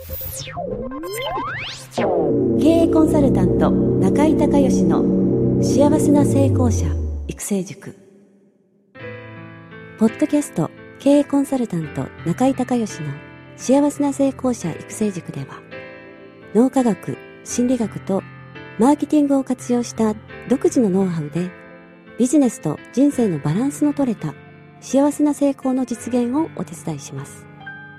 経営コンサルタント中井孝義の幸せな成功者育成塾。ポッドキャスト経営コンサルタント中井孝義の幸せな成功者育成塾では、脳科学、心理学とマーケティングを活用した独自のノウハウで、ビジネスと人生のバランスの取れた幸せな成功の実現をお手伝いします。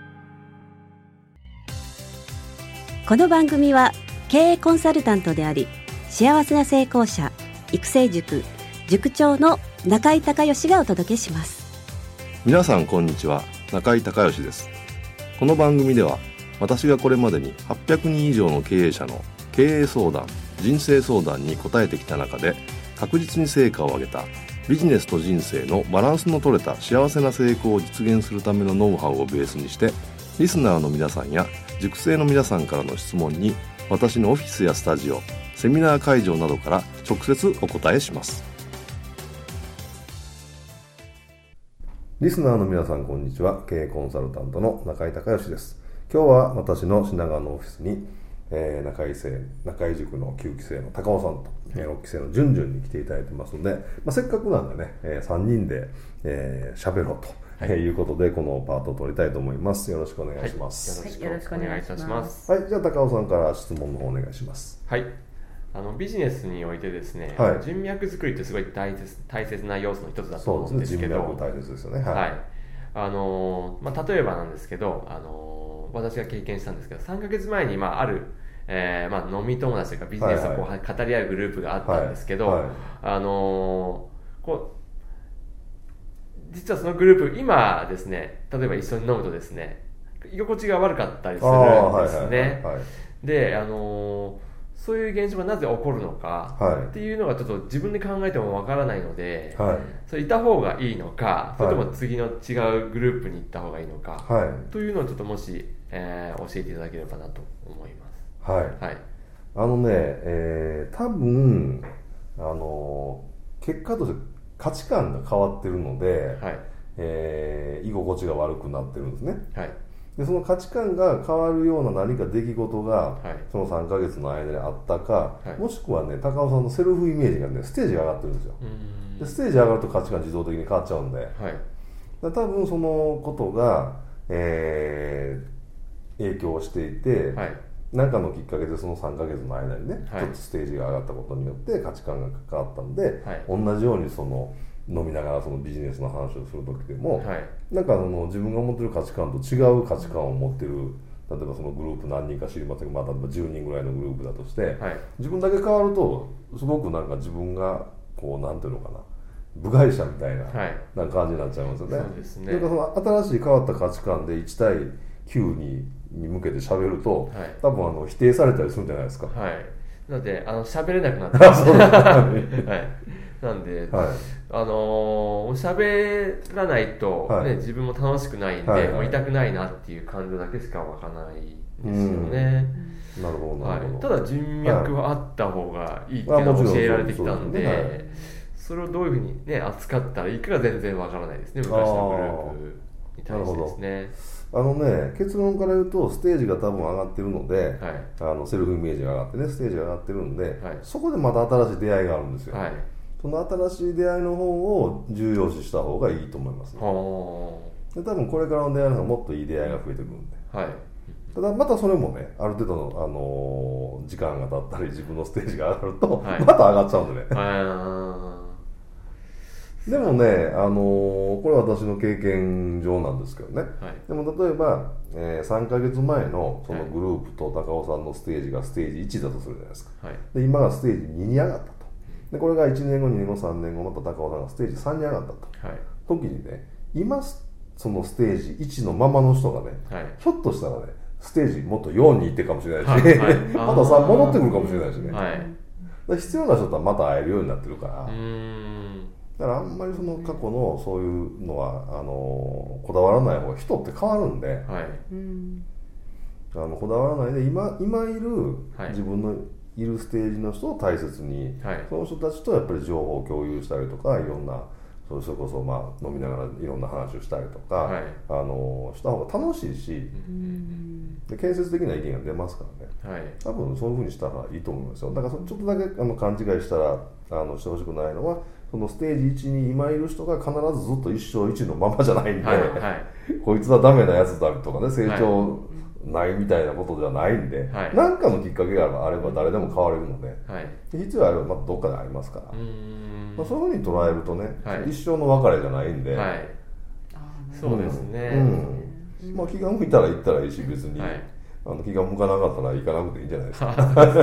この番組は経営コンサルタントであり、幸せな成功者育成塾塾長の中井孝義がお届けします。 皆さんこんにちは、中井孝義です。この番組では、私がこれまでに800人以上の経営者の経営相談、人生相談に答えてきた中で、確実に成果を上げたビジネスと人生のバランスの取れた幸せな成功を実現するためのノウハウをベースにして、リスナーの皆さんや塾生の皆さんからの質問に、私のオフィスやスタジオ、セミナー会場などから直接お答えします。リスナーの皆さんこんにちは。経営コンサルタントの中井孝義です。今日は私の品川のオフィスに、中井塾の9期生の高尾さんと、6期生のじゅんじゅんに来ていただいてますので、せっかくなんでね、3人で喋ろうということで、このパートを取りたいと思います。よろしくお願いします。 よろしくお願いいたします。 はい、じゃあ高尾さんから質問の方お願いします。 はい、ビジネスにおいてですね、人脈作りってすごい大切な要素の一つだと思うんですけど、 そうですね、人脈大切ですよね。 はい。例えばなんですけど、私が経験したんですけど、3ヶ月前にある飲み友達というかビジネスを語り合うグループがあったんですけど、実はそのグループ、今ですね、例えば一緒に飲むとですね、居心地が悪かったりするんですね。で、そういう現象がなぜ起こるのかっていうのがちょっと自分で考えてもわからないので、それいた方がいいのか、それとも次の違うグループに行った方がいいのか、というのをちょっともし、教えていただければなと思います。 多分結果として価値観が変わってるので、居心地が悪くなってるんですね。でその価値観が変わるような何か出来事が、その3ヶ月の間にあったか、もしくはね、高尾さんのセルフイメージがね、ステージが上がってるんですよ。でステージ上がると価値観自動的に変わっちゃうんで、多分そのことが、影響していて、何かのきっかけでその3ヶ月の間にね、ちょっとステージが上がったことによって価値観が変わったので、同じようにその飲みながらそのビジネスの話をする時でも、なんか自分が持ってる価値観と違う価値観を持ってる、例えばそのグループ何人か知りませんが、例えば10人ぐらいのグループだとして、自分だけ変わるとすごくなんか自分がこうなんていうのかな、部外者みたいな、なんか感じになっちゃいますよね。そうですね。だからその新しい変わった価値観で1対9に向けて喋ると、多分否定されたりするんじゃないですか。 なので喋れなくなってますなんで、喋らないと、自分も楽しくないんで、もう痛くないなっていう感情だけしか湧かないですよね。 なるほど。 ただ人脈はあった方がいいっていうのを教えられてきたんで、それをどういうふうにね扱ったらいいかが全然わからないですね、昔のグループに対してですね。 結論から言うとステージが多分上がってるので、セルフイメージが上がってね、ステージが上がってるんで、そこでまた新しい出会いがあるんですよ。その新しい出会いの方を重要視した方がいいと思いますね。で多分これからの出会いの方がもっといい出会いが増えてくるんで、ただまたそれもね、ある程度の、時間が経ったり自分のステージが上がると、また上がっちゃうんでね。でもね、これは私の経験上なんですけどね、でも例えば、3ヶ月前のそのグループと高尾さんのステージがステージ1だとするじゃないですか。で今がステージ2に上がったと。でこれが1年後、2年後、3年後、また高尾さんがステージ3に上がったと、時にね、今そのステージ1のままの人がね、ひょっとしたらね、ステージもっと4に行ってるかもしれないし、また3戻ってくるかもしれないしね。必要な人とはまた会えるようになってるから。だからあんまりその過去のそういうのはこだわらない方が、人って変わるんで、こだわらないで今いる自分のいるステージの人を大切に、その人たちとやっぱり情報を共有したりとか、いろんなそれこそ飲みながらいろんな話をしたりとか、した方が楽しいし、 で建設的な意見が出ますからね、はい、多分そういうふうにしたらいいと思いますよ。だからちょっとだけ勘違いしたらしてほしくないのは、そのステージ1に今いる人が必ずずっと一生一のままじゃないんで、はいはい、こいつはダメなやつだとかね、成長ないみたいなことじゃないんで、はい、何かのきっかけがあれば誰でも変われるので、はい、必要あればまたどっかでありますから、そういうふうに捉えるとね、はい、一生の別れじゃないんで、はい、 そうですね、 まあ、気が向いたら行ったらいいし、別に、はい、気が向かなかったら行かなくていいんじゃないですか。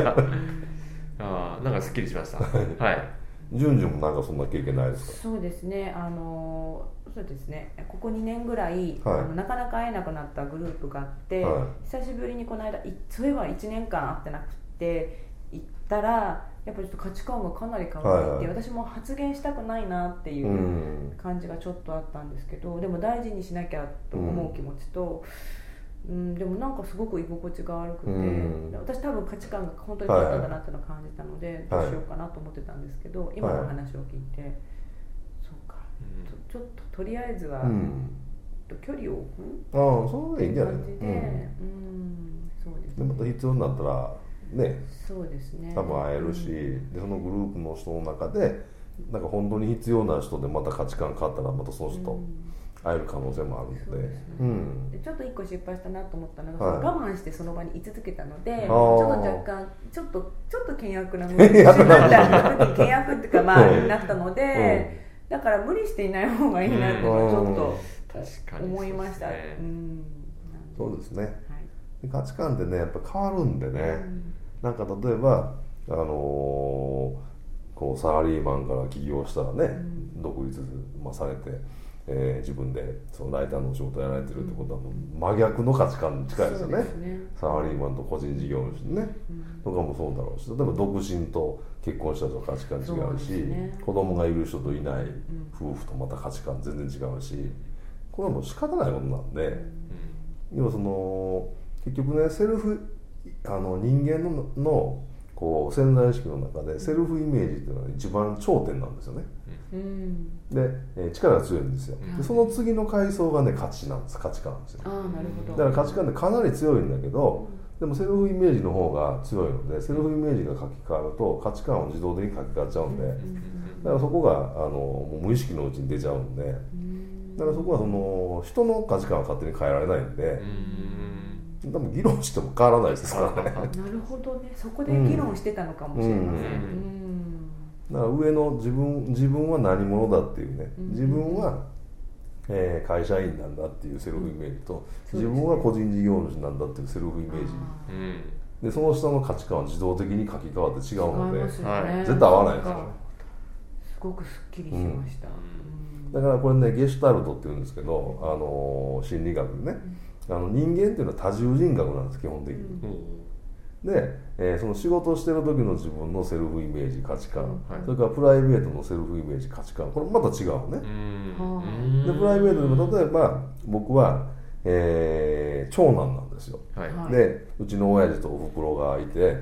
なんかすっきりしました。はい。 順々もなんかそんな経験ないですか？ そうですね、そうですね、ここ2年ぐらい、はい、なかなか会えなくなったグループがあって、はい、久しぶりにこの間そういえば1年間会ってなくて行ったら、やっぱりちょっと価値観がかなり変わっていて、はいはい、私も発言したくないなっていう感じがちょっとあったんですけど、でも大事にしなきゃと思う気持ちと、でもなんかすごく居心地が悪くて、私多分価値観が本当に変わったんだなっていうのを感じたので、どうしようかなと思ってたんですけど、今の話を聞いて、そうか、ちょっととりあえずは、距離を置くそういいんじゃない感じで、そうですね。 でまた必要になったらね、 そうですね、 多分会えるし、でそのグループの人の中でなんか本当に必要な人でまた価値観変わったらまたその人と会える可能性もあるので、 でちょっと一個失敗したなと思ったのが、我慢してその場に居続けたので、ちょっと若干ちょっと険悪なムードになった険悪っていうかなったので、だから無理していない方がいいなってちょっと思いました。 そうですね。価値観ってねやっぱ変わるんでね、なんか例えばこうサラリーマンから起業したらね、独立されて。自分でそのライターのお仕事をやられてるってことはもう真逆の価値観に近いですよね。サラリーマンと個人事業主ね、とかもそうだろうし、例えば独身と結婚した人と価値観違うし、子供がいる人といない夫婦とまた価値観全然違うし、これはもう仕方ないことなんで、要はその結局ね、セルフ人間のこう潜在意識の中でセルフイメージっていうのは一番頂点なんですよね。で、力が強いんですよ。でその次の階層がね価値観なんですよ。 なるほど。 だから価値観ってかなり強いんだけど、でもセルフイメージの方が強いので、セルフイメージが書き換わると価値観を自動的に書き換わっちゃうんで、だからそこがもう無意識のうちに出ちゃうんで、だからそこはその人の価値観は勝手に変えられないんで、多分議論しても変わらないですからね。 なるほどね。そこで議論してたのかもしれません。 だから上の自分は何者だっていうね、自分は、会社員なんだっていうセルフイメージと、自分は個人事業主なんだっていうセルフイメージ、でその下の価値観は自動的に書き換わって違うので、絶対合わないですよね。 すごくすっきりしました。 だからこれねゲシュタルトっていうんですけど、心理学でね、人間っていうのは多重人格なんです基本的に。で、その仕事をしてる時の自分のセルフイメージ価値観、それからプライベートのセルフイメージ価値観、これまた違うのね。でプライベートでも例えば僕は、長男なんですよ。でうちの親父とおふくろがいて、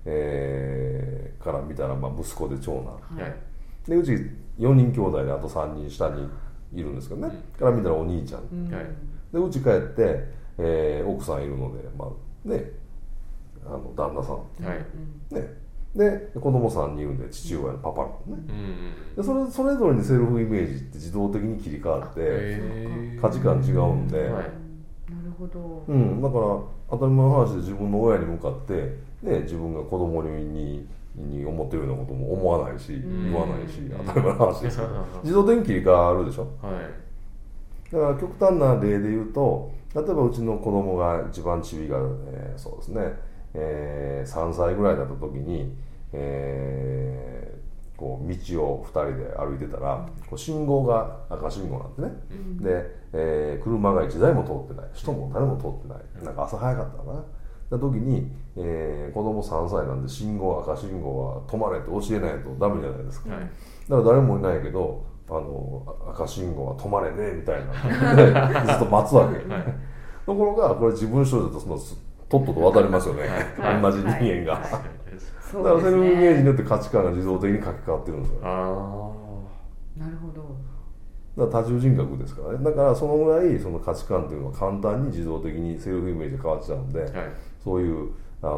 から見たら息子で長男、でうち4人兄弟であと3人下にいるんですけどね、から見たらお兄ちゃん、でうち帰って、奥さんいるので旦那さん、で子供3人いるんで父親のパパのね、でそれぞれにセルフイメージって自動的に切り替わって価値観違うんで、 なるほど、 だから当たり前の話で自分の親に向かって、自分が子供に思ってるようなことも思わないし、言わないし、当たり前の話ですけど自動的に切り替わるでしょ。だから極端な例で言うと、例えばうちの子供が一番チビが、そうですね、3歳ぐらいだった時に、こう道を2人で歩いてたら、こう信号が赤信号なんでね、で、車が1台も通ってない、人も誰も通ってない、なんか朝早かったかな。た時に、子供3歳なんで赤信号は止まれって教えないとダメじゃないですか。だから誰もいないけど赤信号は止まれねみたいなずっと待つわけ、ところがこれ自分一人だととっとと渡りますよね、同じ人間が、だからセルフイメージによって価値観が自動的に書き換わってるんですよ。 なるほど。 だから多重人格ですからね。だからそのぐらいその価値観っていうのは簡単に自動的にセルフイメージが変わっちゃうんで、そういう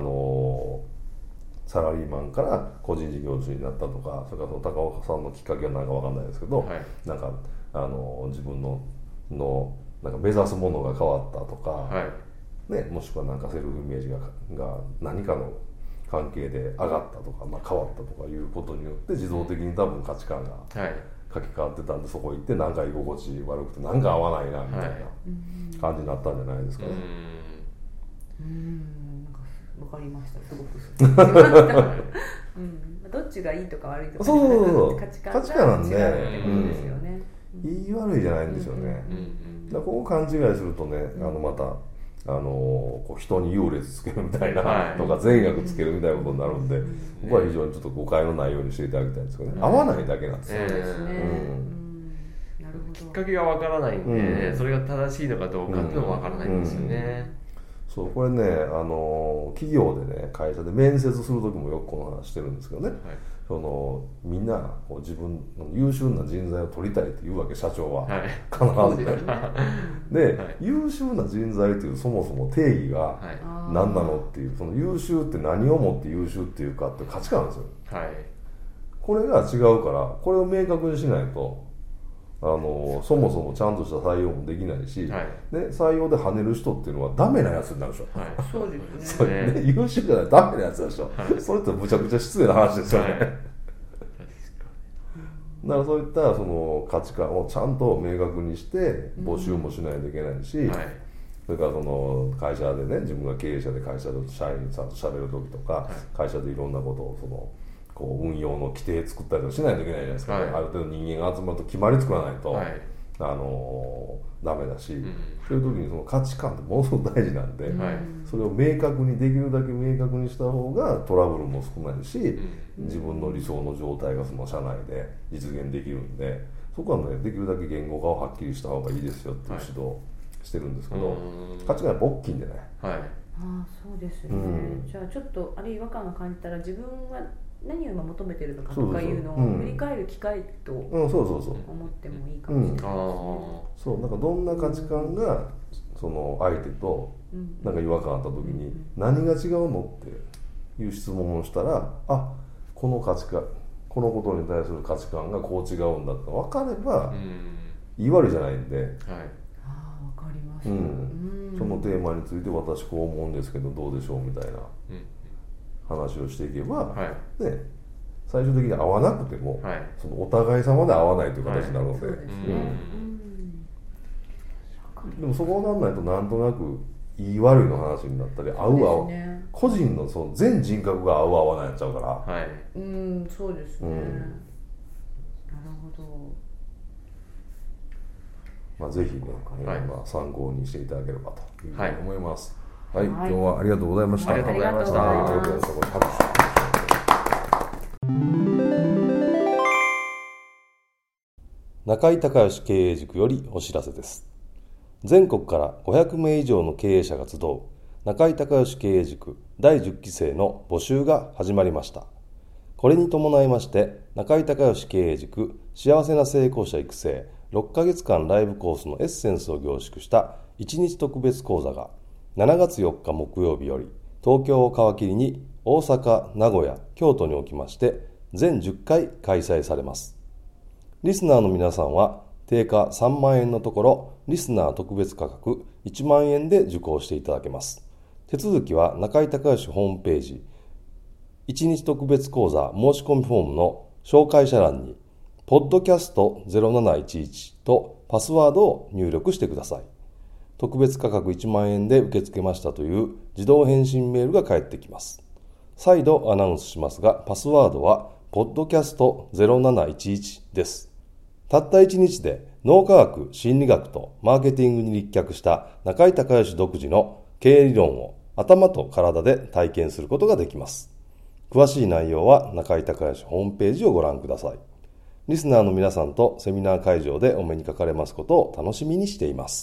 サラリーマンから個人事業主になったとか、それからその高岡さんのきっかけは何か分かんないですけど、なんか自分のなんか目指すものが変わったとか、ね、もしくはなんかセルフイメージが何かの関係で上がったとか、変わったとかいうことによって自動的に多分価値観が書き換わってたんで、そこ行ってなんか居心地悪くてなんか合わないなみたいな感じになったんじゃないですかね。 わかりました。すごくどっちがいいとか悪いとか、 そう価値観なんで、 いい悪いじゃないんですよね。だからここ勘違いするとね、また人に優劣つけるみたいな、とか善悪つけるみたいなことになるんで、僕は非常にちょっと誤解のないようにしていただきたいんですけどね。合わないだけなんですよ。 そうですね。 きっかけがわからないんで、それが正しいのかどうかっていうのもわからないんですよね。 そう、これね、企業でね、会社で面接する時もよくこの話してるんですけどね、みんな自分の優秀な人材を取りたいって言うわけ、社長は、必ずで、優秀な人材っていうそもそも定義が何なのっていう、その優秀って何をもって優秀っていうかって価値観なんですよ。これが違うから、これを明確にしないとそもそもちゃんとした採用もできないし、採用で跳ねる人っていうのはダメなやつになるでしょ。 そうですね。 優秀じゃないダメなやつでしょ。それってむちゃくちゃ失礼な話ですよね。だからそういったその価値観をちゃんと明確にして募集もしないといけないし、それからその会社でね、自分が経営者で会社で社員さんと喋る時とか、会社でいろんなことを運用の規定作ったりとかしないといけないじゃないですか、ある程度人間が集まると決まり作らないと、ダメだし、そういう時にその価値観ってものすごく大事なんで、それを明確にできるだけ明確にした方がトラブルも少ないし、自分の理想の状態がその社内で実現できるんで、そこはね、できるだけ言語化をはっきりした方がいいですよっていう指導をしてるんですけど、価値観は大きいんでね。 そうですね。じゃあちょっとあれ違和感が感じたら、自分は何を今求めてるのかとかいうのを振り返る機会と思ってもいいかもしれないですね。 そう、なんかどんな価値観がその相手となんか違和感あった時に何が違うのっていう質問をしたら、この価値観、このことに対する価値観がこう違うんだって分かれば言い悪いじゃないんで、 分かります。 そのテーマについて私こう思うんですけどどうでしょうみたいな話をしていけば、最終的に合わなくても、そのお互い様で合わないという形になるので、でもそこ分かんないとなんとなく言い悪いの話になったり、合う合う、個人のその全人格が合う合わないになっちゃうから、 そうですね。なるほど。ぜひね、参考にしていただければというふうに思います。今日はありがとうございました。 ありがとうございました。 中井孝義経営塾よりお知らせです。全国から500名以上の経営者が集う中井孝義経営塾第10期生の募集が始まりました。これに伴いまして中井孝義経営塾幸せな成功者育成6ヶ月間ライブコースのエッセンスを凝縮した1日特別講座が7月4日木曜日より東京を皮切りに大阪、名古屋、京都におきまして全10回開催されます。リスナーの皆さんは定価3万円のところリスナー特別価格1万円で受講していただけます。手続きは中井孝義ホームページ1日特別講座申し込みフォームの紹介者欄にポッドキャスト0711とパスワードを入力してください。特別価格1万円で受け付けましたという自動返信メールが返ってきます。再度アナウンスしますが、パスワードはポッドキャスト0711です。たった1日で脳科学、心理学とマーケティングに立脚した中井孝義独自の経営理論を頭と体で体験することができます。詳しい内容は中井孝義ホームページをご覧ください。リスナーの皆さんとセミナー会場でお目にかかれますことを楽しみにしています。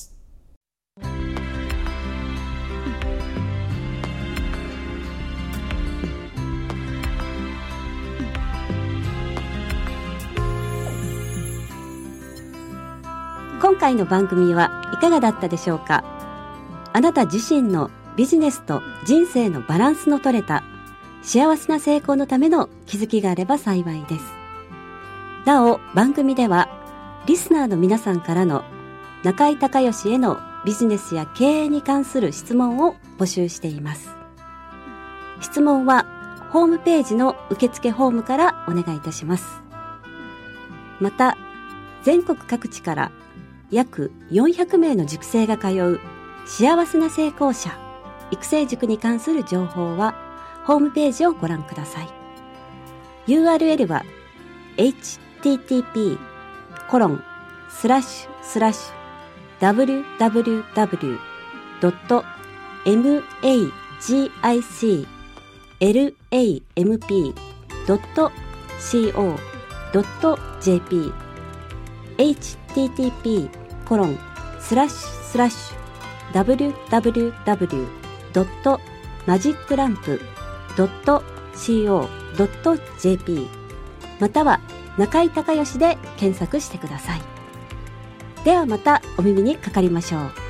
回の番組はいかがだったでしょうか。あなた自身のビジネスと人生のバランスの取れた幸せな成功のための気づきがあれば幸いです。なお、番組ではリスナーの皆さんからの中井孝義へのビジネスや経営に関する質問を募集しています。質問はホームページの受付フォームからお願いいたします。また、全国各地から約400名の塾生が通う幸せな成功者育成塾に関する情報はホームページをご覧ください。 URL は http://www.magiclamp.co.jp http://www.magiclamp.co.jp または中井孝義で検索してください。ではまたお耳にかかりましょう。